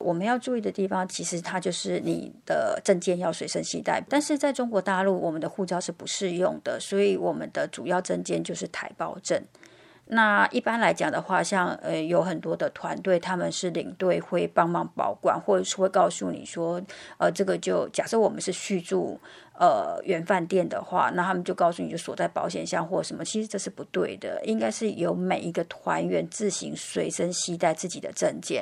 我们要注意的地方，其实它就是你的证件要随身携带，但是在中国大陆，我们的护照是不适用的，所以我们的主要证件就是台胞证。那一般来讲的话，像有很多的团队，他们是领队会帮忙保管，或者是会告诉你说，这个就假设我们是续住原饭店的话，那他们就告诉你就锁在保险箱或什么，其实这是不对的，应该是由每一个团员自行随身携带自己的证件。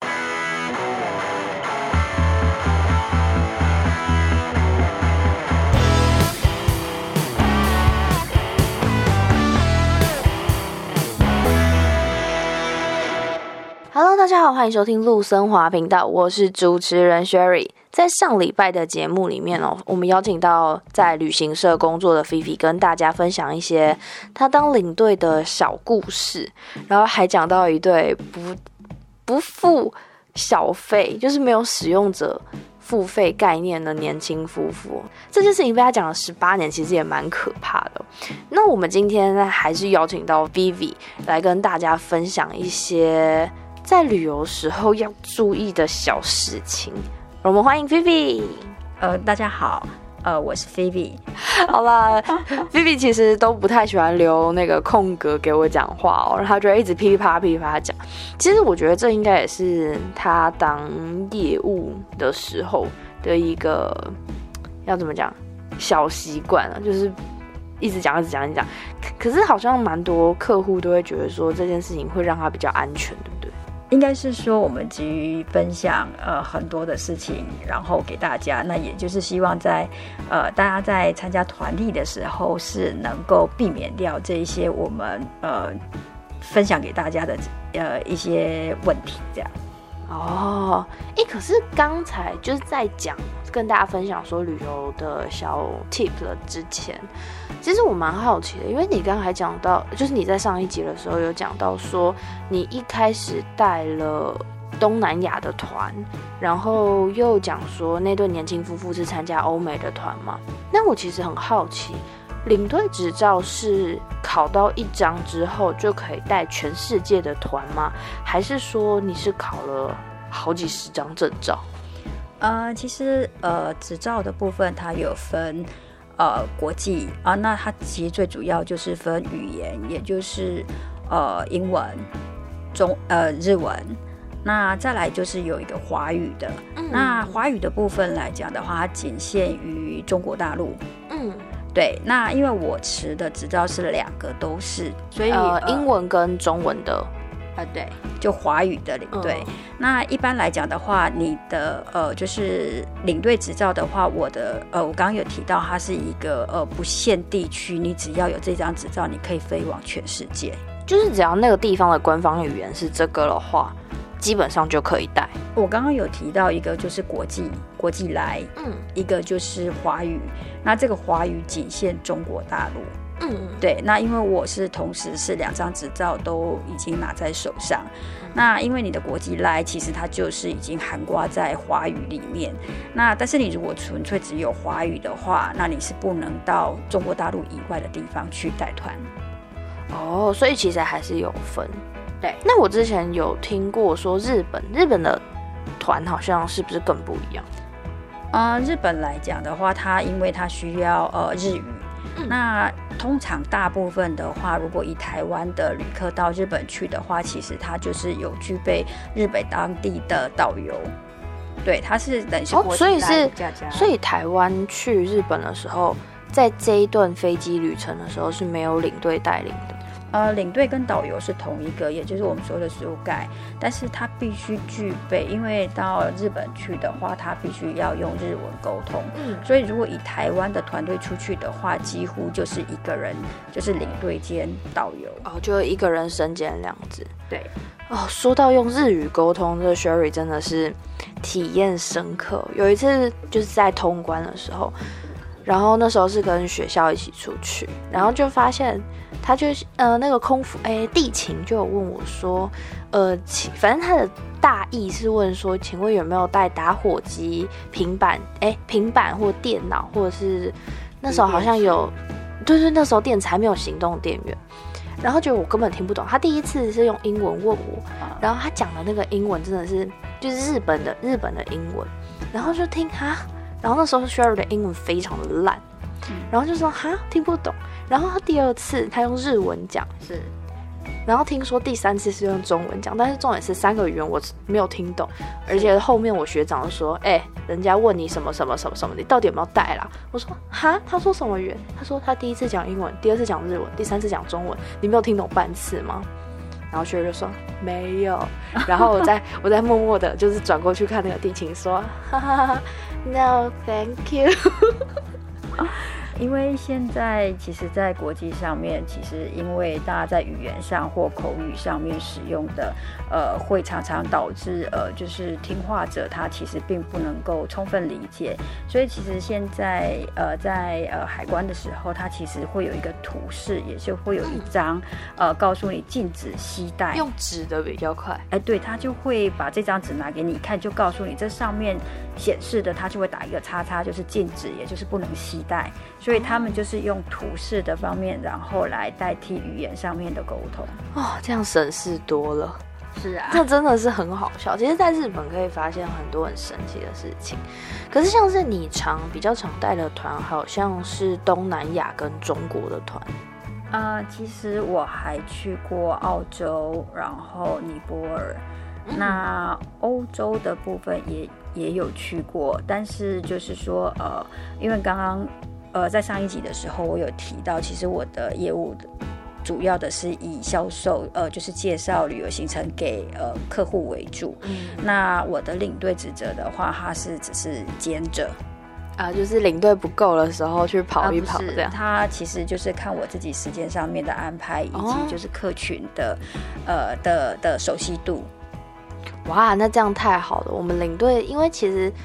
Hello， 大家好，欢迎收听陆森华频道，我是主持人 Sherry。在上礼拜的节目里面我们邀请到在旅行社工作的 Fifi 跟大家分享一些他当领队的小故事，然后还讲到一对不付小费，就是没有使用者付费概念的年轻夫妇。这件事情被他讲了18年，其实也蛮可怕的。那我们今天呢，还是邀请到 Fifi 来跟大家分享一些在旅游时候要注意的小事情。我们欢迎 Fifi。 大家好，我是 Fifi。 好啦，Fifi 其实都不太喜欢留那个空格给我讲话然后他就会一直噼里啪啦噼里啪啦讲。其实我觉得这应该也是他当业务的时候的一个要怎么讲小习惯了，就是一直讲一直讲一直讲。可是好像蛮多客户都会觉得说这件事情会让他比较安全，对不对？ 应该是说我们急于分享很多的事情，然后给大家，那也就是希望在大家在参加团体的时候是能够避免掉这一些我们分享给大家的一些问题，这样。 可是刚才就是在讲跟大家分享说旅游的小 tip 了之前，其实我蛮好奇的，因为你刚才讲到，就是你在上一集的时候有讲到说，你一开始带了东南亚的团，然后又讲说那对年轻夫妇是参加欧美的团嘛。那我其实很好奇，领队执照是考到1张之后就可以带全世界的团吗？还是说你是考了好几十张证照？ 其实执照的部分它有分国际那它其实最主要就是分语言，也就是英文、日文，那再来就是有一个华语的。那华语的部分来讲的话，它仅限于中国大陆。对，那因为我持的执照是2个都是，所以英文跟中文的。 对，就华语的领队。那一般来讲的话，你的就是领队执照的话，我刚刚有提到，它是一个不限地区，你只要有这张执照，你可以飞往全世界。 就是只要那个地方的官方语言是这个的话，基本上就可以带。 我刚刚有提到一个就是国际来，一个就是华语。那这个华语仅限中国大陆。对，那因为我是同时是2张执照都已经拿在手上，那因为你的国际来其实它就是已经涵盖在华语里面，那但是你如果纯粹只有华语的话，那你是不能到中国大陆以外的地方去带团。 所以其实还是有分。 对， 那我之前有听过说日本的团好像是不是更不一样？ 日本来讲的话，因为它需要日语。那通常大部分的话，如果以台湾的旅客到日本去的话，其实他就是有具备日本当地的导游。对，他是等于是国际来所以台湾去日本的时候，在这一段飞机旅程的时候是没有领队带领的。 领队跟导游是同一个，也就是我们说的属盖，但是他必须具备，因为到日本去的话，他必须要用日文沟通。所以如果以台湾的团队出去的话，几乎就是一个人，就是领队兼导游。 就一个人身兼2职。 对。 说到用日语沟通，这个 Sherry 真的是体验深刻。有一次就是在通关的时候，然后那时候是跟学校一起出去，然后就发现他就那个空服地勤就有问我说，反正他的大意是问说，请问有没有带打火机、平板或电脑，或者是那时候好像有，对，那时候电池还没有行动电源。 然后觉得我根本听不懂。他第一次是用英文问我，然后他讲的那个英文真的是就是日本的英文，然后就听哈，然后那时候 Sherry 的英文非常的烂，然后就说哈听不懂。然后他第二次他用日文讲， 是。 然后听说第三次是用中文讲，但是重点是3个语言我没有听懂，而且后面我学长就说，人家问你什么什么什么什么，你到底有没有带啦？我说哈，他说什么语言？他说他第一次讲英文，第二次讲日文，第三次讲中文，你没有听懂半次吗？然后学就说没有，然后我再默默的就是转过去看那个地勤说，哈哈哈 ，No thank you 。 因为现在其实在国际上面，其实因为大家在语言上或口语上面使用的会常常导致就是听话者他其实并不能够充分理解，所以其实现在在海关的时候，它其实会有一个图示，也就会有一张告诉你禁止携带， 用纸的比较快。 对，他就会把这张纸拿给你看，就告诉你这上面显示的，他就会打一个叉叉，就是禁止，也就是不能携带。所以他们就是用图示的方面，然后来代替语言上面的沟通。 这样省事多了。 是啊， 这真的是很好笑。其实，在日本可以发现很多很神奇的事情。可是，像是你比较常带的团，好像是东南亚跟中国的团。 其实我还去过澳洲，然后尼泊尔。那欧洲的部分也有去过，但是就是说，因为刚刚在上一集的时候，我有提到，其实我的业务主要的是以销售，就是介绍旅游行程给客户为主。那我的领队职责的话，它只是兼着。 就是领队不够的时候去跑一跑这样。 他其实就是看我自己时间上面的安排，以及就是客群的熟悉度。 哇，那这样太好了。我们领队因为其实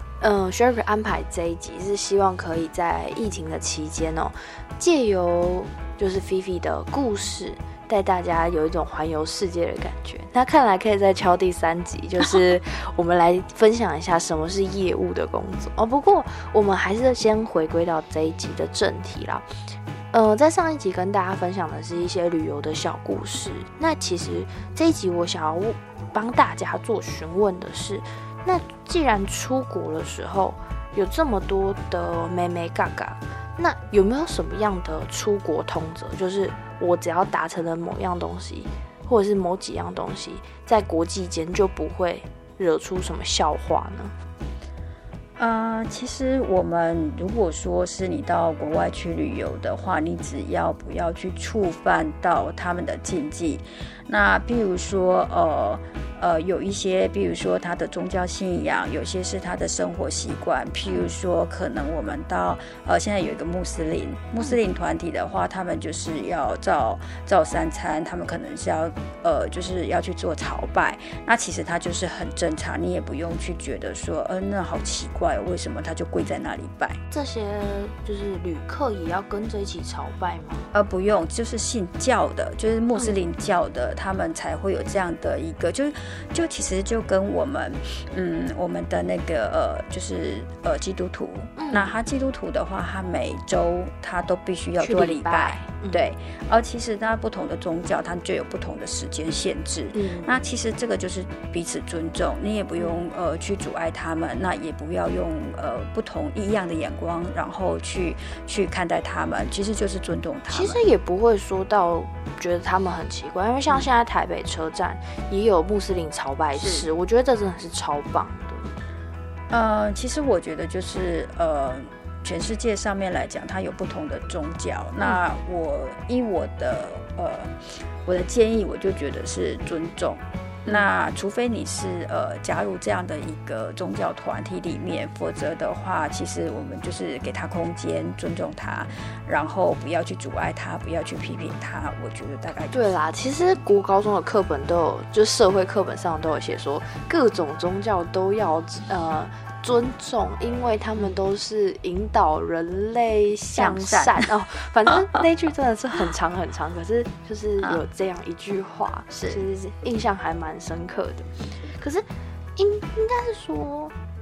Sherry 安排这一集是希望可以在疫情的期间借由就是菲菲的故事，带大家有一种环游世界的感觉。那看来可以再敲第3集，就是我们来分享一下什么是业务的工作。不过我们还是先回归到这一集的正题啦。在上一集跟大家分享的是一些旅游的小故事。那其实这一集我想要帮大家做询问的是，那既然出国的时候有这么多的眉眉嘎嘎，那有没有什么样的出国通则？就是我只要达成了某样东西，或者是某几样东西，在国际间就不会惹出什么笑话呢？ 其实我们如果说是你到国外去旅游的话，你只要不要去触犯到他们的禁忌。那比如说有一些，比如说他的宗教信仰，有些是他的生活习惯。譬如说，可能我们到现在有一个穆斯林团体的话，他们就是要照3餐，他们可能是要就是要去做朝拜。那其实他就是很正常，你也不用去觉得说那好奇怪，为什么他就跪在那里拜？ 这些就是旅客也要跟着一起朝拜吗？ 不用，就是信教的，就是穆斯林教的，他们才会有这样的一个，就其实就跟我们的那个就是基督徒，那他基督徒的话，他每周他都必须要做礼拜，对。而其实他不同的宗教，它就有不同的时间限制。那其实这个就是彼此尊重，你也不用去阻碍他们，那也不要用不同异样的眼光，然后去看待他们，其实就是尊重他们。 其实也不会说到觉得他们很奇怪，因为像现在台北车站也有穆斯林朝拜室，我觉得这真的是超棒的。其实我觉得就是全世界上面来讲，它有不同的宗教。那我的建议，我就觉得是尊重。那除非你是加入这样的一个宗教团体里面，否则的话，其实我们就是给他空间，尊重他，然后不要去阻碍他，不要去批评他。我觉得大概对啦。其实国高中的课本都有，就社会课本上都有写说，各种宗教都要尊重，因为他们都是引导人类向善反正那句真的是很长很长，可是就是有这样一句话，其实印象还蛮深刻的。可是应该是说，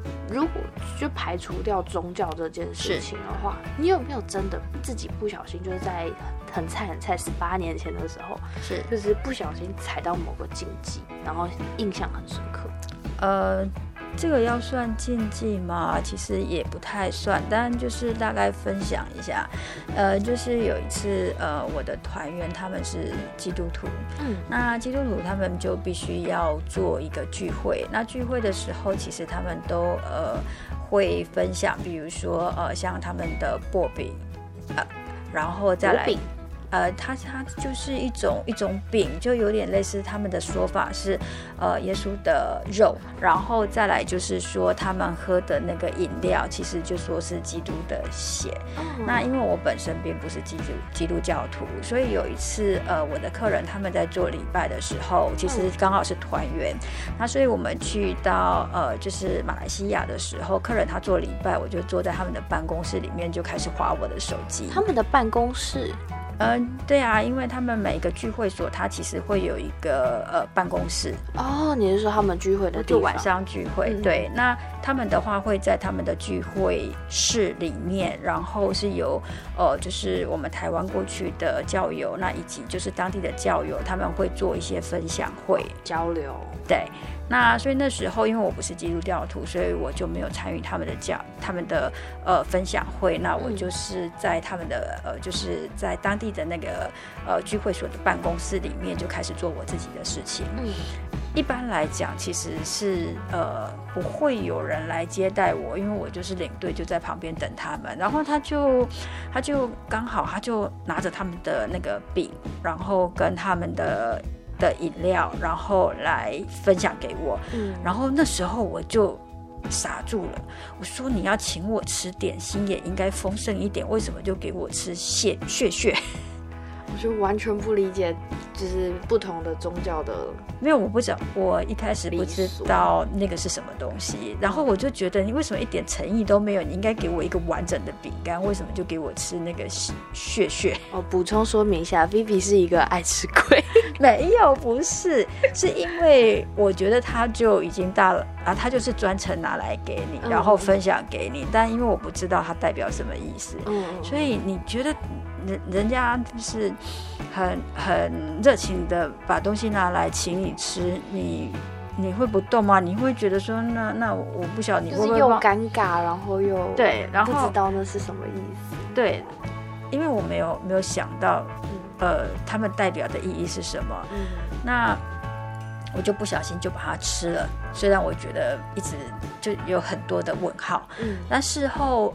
如果就排除掉宗教这件事情的话，你有没有真的自己不小心，就是在很菜18年前的时候，就是不小心踩到某个禁忌，然后印象很深刻？ 这个要算禁忌吗？其实也不太算，但就是大概分享一下。就是有一次，我的团员他们是基督徒，那基督徒他们就必须要做一个聚会。那聚会的时候，其实他们都会分享，比如说像他们的薄饼，然后再来。它就是一种饼，就有点类似他们的说法是耶稣的肉，然后再来就是说他们喝的那个饮料其实就说是基督的血。那因为我本身并不是基督教徒，所以有一次我的客人他们在做礼拜的时候，其实刚好是团圆，那所以我们去到就是马来西亚的时候，客人他做礼拜，我就坐在他们的办公室里面就开始滑我的手机。 他们的办公室？ 对啊，因为他们每一个聚会所，它其实会有一个办公室。 你是说他们聚会的地方？ 就晚上聚会，对。那他们的话会在他们的聚会室里面，然后是由就是我们台湾过去的教友，那以及就是当地的教友，他们会做一些分享会交流。 对。那所以那时候因为我不是基督教徒，所以我就没有参与他们的分享会。那我就是在他们的就是在当地的那个聚会所的办公室里面就开始做我自己的事情。一般来讲其实是不会有人来接待我，因为我就是领队，就在旁边等他们。然后他就刚好他就拿着他们的那个饼，然后跟他们的饮料，然后来分享给我。然后那时候我就傻住了，我说你要请我吃点心也应该丰盛一点，为什么就给我吃血？ 我就完全不理解，就是不同的宗教的。 没有，我不知道，我一开始不知道那个是什么东西，然后我就觉得你为什么一点诚意都没有？你应该给我一个完整的饼干，为什么就给我吃那个血？ 补充说明一下 ，Vivi 是一个爱吃鬼。 没有，不是，是因为我觉得他就已经大了啊，他就是专程拿来给你，然后分享给你，但因为我不知道它代表什么意思，所以你觉得人家就是很热情的把东西拿来请你吃，你会不动吗？你会觉得说那我不晓得你会不会， 就是又尴尬，然后又对，然后不知道那是什么意思。 对，因为我没有想到他们代表的意义是什么。那我就不小心就把它吃了，虽然我觉得一直就有很多的问号。但事后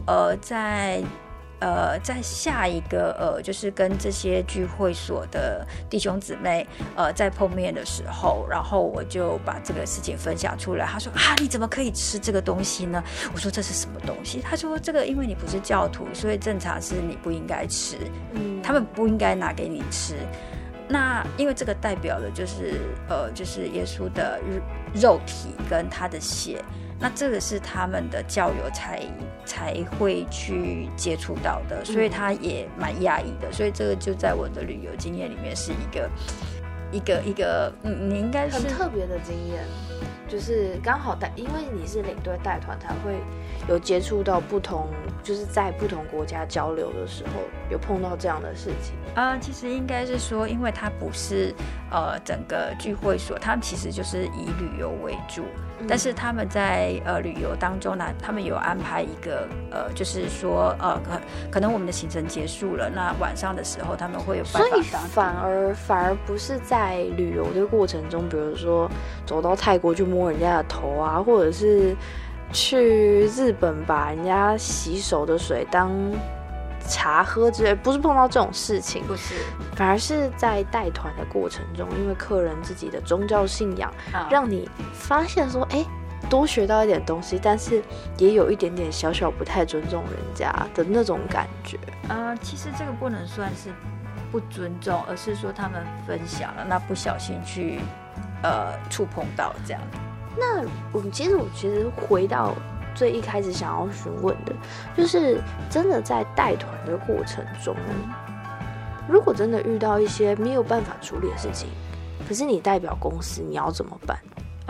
在下一个就是跟这些聚会所的弟兄姊妹在碰面的时候，然后我就把这个事情分享出来。他说你怎么可以吃这个东西呢？我说这是什么东西？他说这个因为你不是教徒，所以正常是你不应该吃，他们不应该拿给你吃。那因为这个代表的就是耶稣的肉体跟他的血，那这个是他们的教友才会去接触到的，所以他也蛮讶异的。所以这个就在我的旅游经验里面是一个你应该是很特别的经验，就是刚好因为你是领队带团，才会有接触到不同，就是在不同国家交流的时候有碰到这样的事情。 其实应该是说，因为它不是整个聚会所，他们其实就是以旅游为主，但是他们在旅游当中呢，他们有安排一个就是说可能我们的行程结束了，那晚上的时候他们会有办法， 所以反而不是在旅游的过程中，比如说走到泰国去摸人家的头啊，或者是去日本把人家洗手的水当茶喝之类，不是碰到这种事情， 不是， 反而是在带团的过程中，因为客人自己的宗教信仰，让你发现说，多学到一点东西，但是也有一点点小小不太尊重人家的那种感觉。 其实这个不能算是不尊重，而是说他们分享了，那不小心去触碰到这样。 那我其实回到最一开始想要询问的，就是真的在带团的过程中，如果真的遇到一些没有办法处理的事情，可是你代表公司，你要怎么办？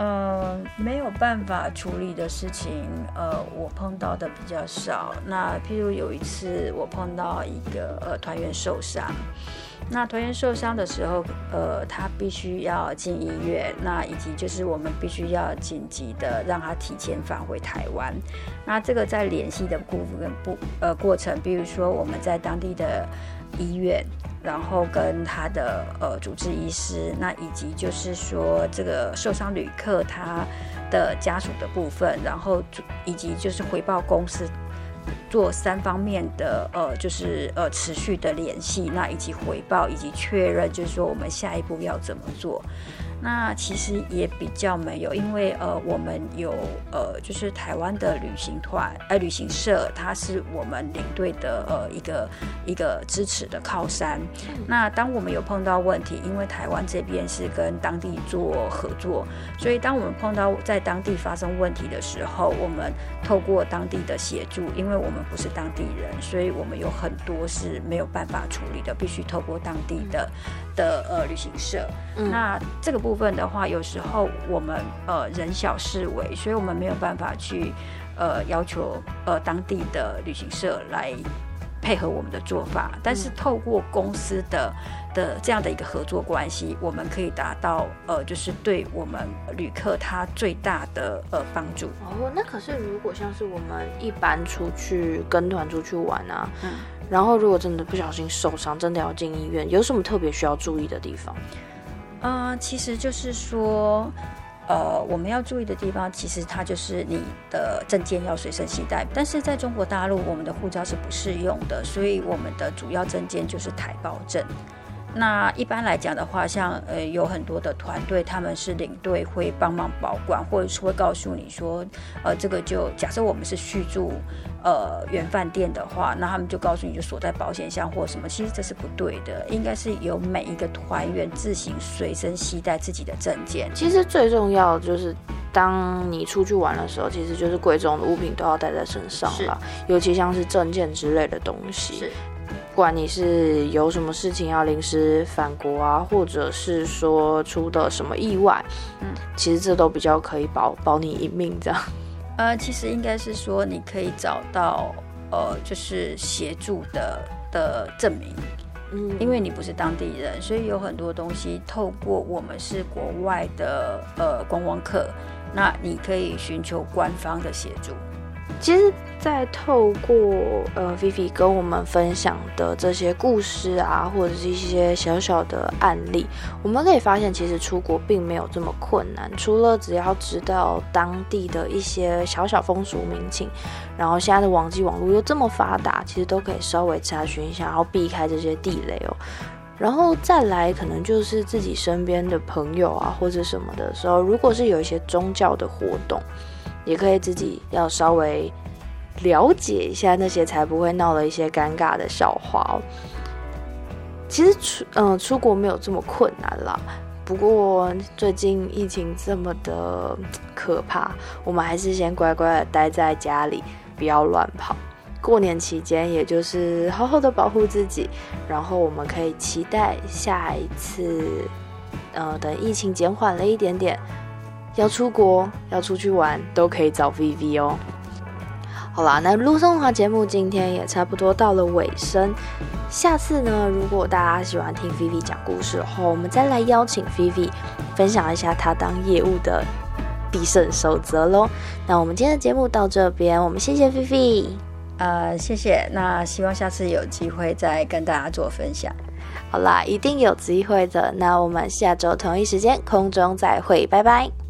没有办法处理的事情，我碰到的比较少。那譬如有一次我碰到一个团员受伤，那团员受伤的时候，他必须要进医院，那以及就是我们必须要紧急的让他提前返回台湾。那这个在联系的过程，比如说我们在当地的医院，然后跟他的主治医师，那以及就是说这个受伤旅客他的家属的部分，然后以及就是回报公司，做3方面的就是持续的联系，那以及回报以及确认，就是说我们下一步要怎么做。那其实也比较没有，因为我们有就是台湾的旅行社，它是我们领队的一个支持的靠山。那当我们有碰到问题，因为台湾这边是跟当地做合作，所以当我们碰到在当地发生问题的时候，我们透过当地的协助，因为我们不是当地人，所以我们有很多是没有办法处理的，必须透过当地的旅行社。那这个部分的话，有时候我们人小势微，所以我们没有办法去要求当地的旅行社来配合我们的做法，但是透过公司的这样的一个合作关系，我们可以达到就是对我们旅客他最大的帮助。 那可是如果像是我们一般出去跟团出去玩啊，然后如果真的不小心受伤，真的要进医院，有什么特别需要注意的地方？ 其实就是说，我们要注意的地方，其实它就是你的证件要随身携带。但是在中国大陆，我们的护照是不适用的，所以我们的主要证件就是台胞证。那一般来讲的话，像有很多的团队，他们是领队会帮忙保管，或者是会告诉你说，这个就假设我们是续住原饭店的话，那他们就告诉你就锁在保险箱或什么，其实这是不对的，应该是由每一个团员自行随身携带自己的证件。 其实最重要就是当你出去玩的时候，其实就是贵重的物品都要带在身上啦，尤其像是证件之类的东西。 是。 不管你是有什么事情要临时返国啊，或者是说出的什么意外，其实这都比较可以保你一命这样。 其实应该是说你可以找到就是协助的证明，因为你不是当地人，所以有很多东西透过我们是国外的观光客，那你可以寻求官方的协助。 其实在透过Vivi 跟我们分享的这些故事啊，或者是一些小小的案例，我们可以发现其实出国并没有这么困难，除了只要知道当地的一些小小风俗民情，然后现在的网络又这么发达，其实都可以稍微查询一下，然后避开这些地雷哦。然后再来可能就是自己身边的朋友啊或者什么的时候，如果是有一些宗教的活动，也可以自己要稍微了解一下那些，才不会闹了一些尴尬的笑话哦。其实出国没有这么困难啦，不过最近疫情这么的可怕，我们还是先乖乖的待在家里，不要乱跑。过年期间也就是好好的保护自己，然后我们可以期待下一次等疫情减缓了一点点，要出国要出去玩都可以找 Vivi 哦。好啦，那陆生华节目今天也差不多到了尾声，下次呢，如果大家喜欢听 Vivi 讲故事的话，我们再来邀请 Vivi 分享一下她当业务的必胜守则咯。那我们今天的节目到这边，我们谢谢 Vivi。 谢谢，那希望下次有机会再跟大家做分享。 好啦，一定有机会的，那我们下周同一时间空中再会，拜拜。